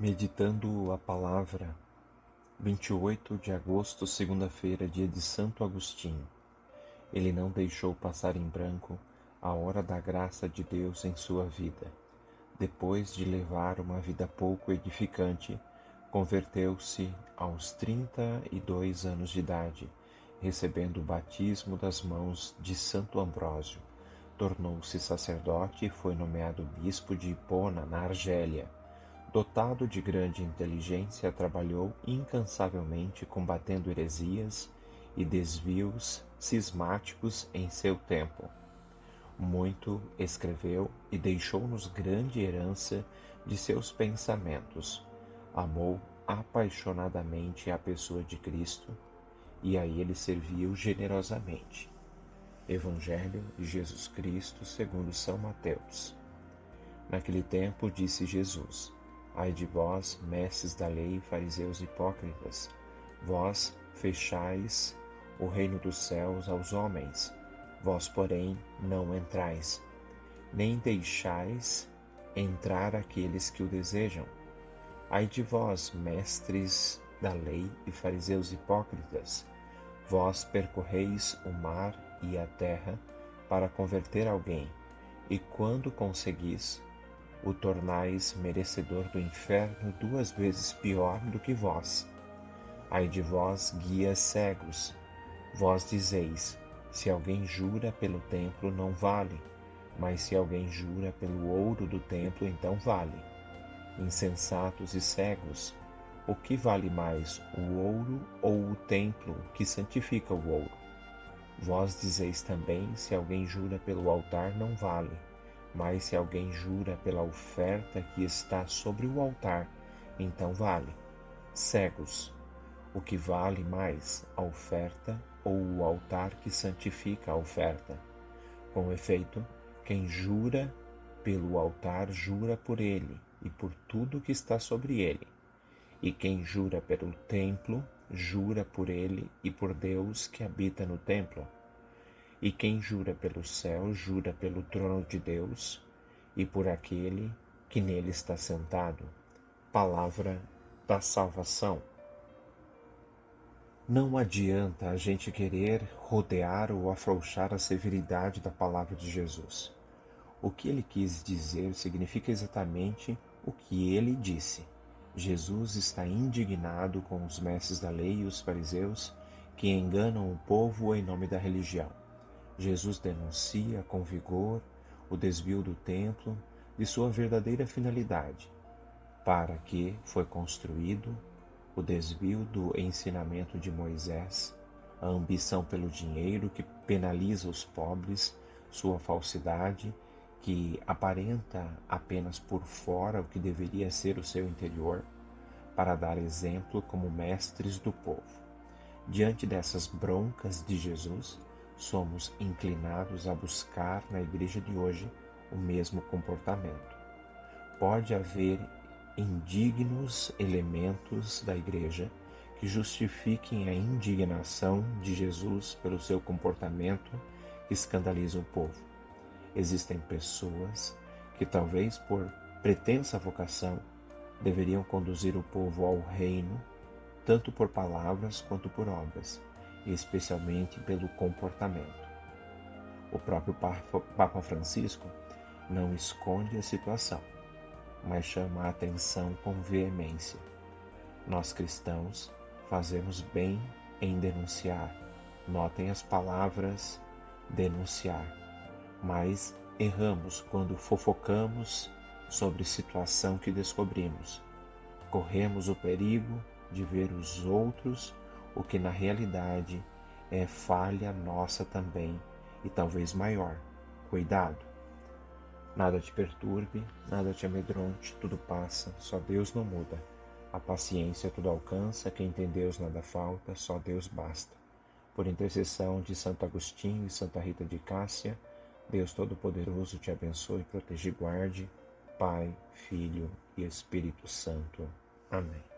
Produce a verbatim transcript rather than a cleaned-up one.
Meditando a Palavra, vinte e oito de agosto, segunda-feira, dia de Santo Agostinho. Ele não deixou passar em branco a hora da graça de Deus em sua vida. Depois de levar uma vida pouco edificante, converteu-se aos trinta e dois anos de idade, recebendo o batismo das mãos de Santo Ambrósio. Tornou-se sacerdote e foi nomeado bispo de Hipona, na Argélia. Dotado de grande inteligência, trabalhou incansavelmente combatendo heresias e desvios cismáticos em seu tempo. Muito escreveu e deixou-nos grande herança de seus pensamentos. Amou apaixonadamente a pessoa de Cristo e a ele serviu generosamente. Evangelho de Jesus Cristo segundo São Mateus. Naquele tempo disse Jesus: Ai de vós, mestres da lei, fariseus hipócritas, vós fechais o reino dos céus aos homens, vós, porém, não entrais, nem deixais entrar aqueles que o desejam. Ai de vós, mestres da lei e fariseus hipócritas, vós percorreis o mar e a terra para converter alguém, e quando conseguis, o tornais merecedor do inferno duas vezes pior do que vós. Ai de vós, guias cegos, vós dizeis: se alguém jura pelo templo, não vale, mas se alguém jura pelo ouro do templo, então vale. Insensatos e cegos, o que vale mais, o ouro ou o templo que santifica o ouro? Vós dizeis também: se alguém jura pelo altar, não vale, mas se alguém jura pela oferta que está sobre o altar, então vale. Cegos, o que vale mais, a oferta ou o altar que santifica a oferta? Com efeito, quem jura pelo altar, jura por ele e por tudo que está sobre ele. E quem jura pelo templo, jura por ele e por Deus que habita no templo. E quem jura pelo céu, jura pelo trono de Deus e por aquele que nele está sentado. Palavra da salvação. Não adianta a gente querer rodear ou afrouxar a severidade da palavra de Jesus. O que ele quis dizer significa exatamente o que ele disse. Jesus está indignado com os mestres da lei e os fariseus que enganam o povo em nome da religião. Jesus denuncia com vigor o desvio do templo de sua verdadeira finalidade, para que foi construído o desvio do ensinamento de Moisés, a ambição pelo dinheiro que penaliza os pobres, sua falsidade que aparenta apenas por fora o que deveria ser o seu interior, para dar exemplo como mestres do povo. Diante dessas broncas de Jesus, somos inclinados a buscar na igreja de hoje o mesmo comportamento. Pode haver indignos elementos da igreja que justifiquem a indignação de Jesus pelo seu comportamento que escandaliza o povo. Existem pessoas que, talvez por pretensa vocação, deveriam conduzir o povo ao reino, tanto por palavras quanto por obras, e especialmente pelo comportamento. O próprio Papa Francisco não esconde a situação, mas chama a atenção com veemência. Nós cristãos fazemos bem em denunciar, notem as palavras denunciar, mas erramos quando fofocamos sobre situação que descobrimos. Corremos o perigo de ver os outros o que na realidade é falha nossa também, e talvez maior. Cuidado! Nada te perturbe, nada te amedronte, tudo passa, só Deus não muda. A paciência tudo alcança, quem tem Deus nada falta, só Deus basta. Por intercessão de Santo Agostinho e Santa Rita de Cássia, Deus Todo-Poderoso te abençoe, protege e guarde, Pai, Filho e Espírito Santo. Amém.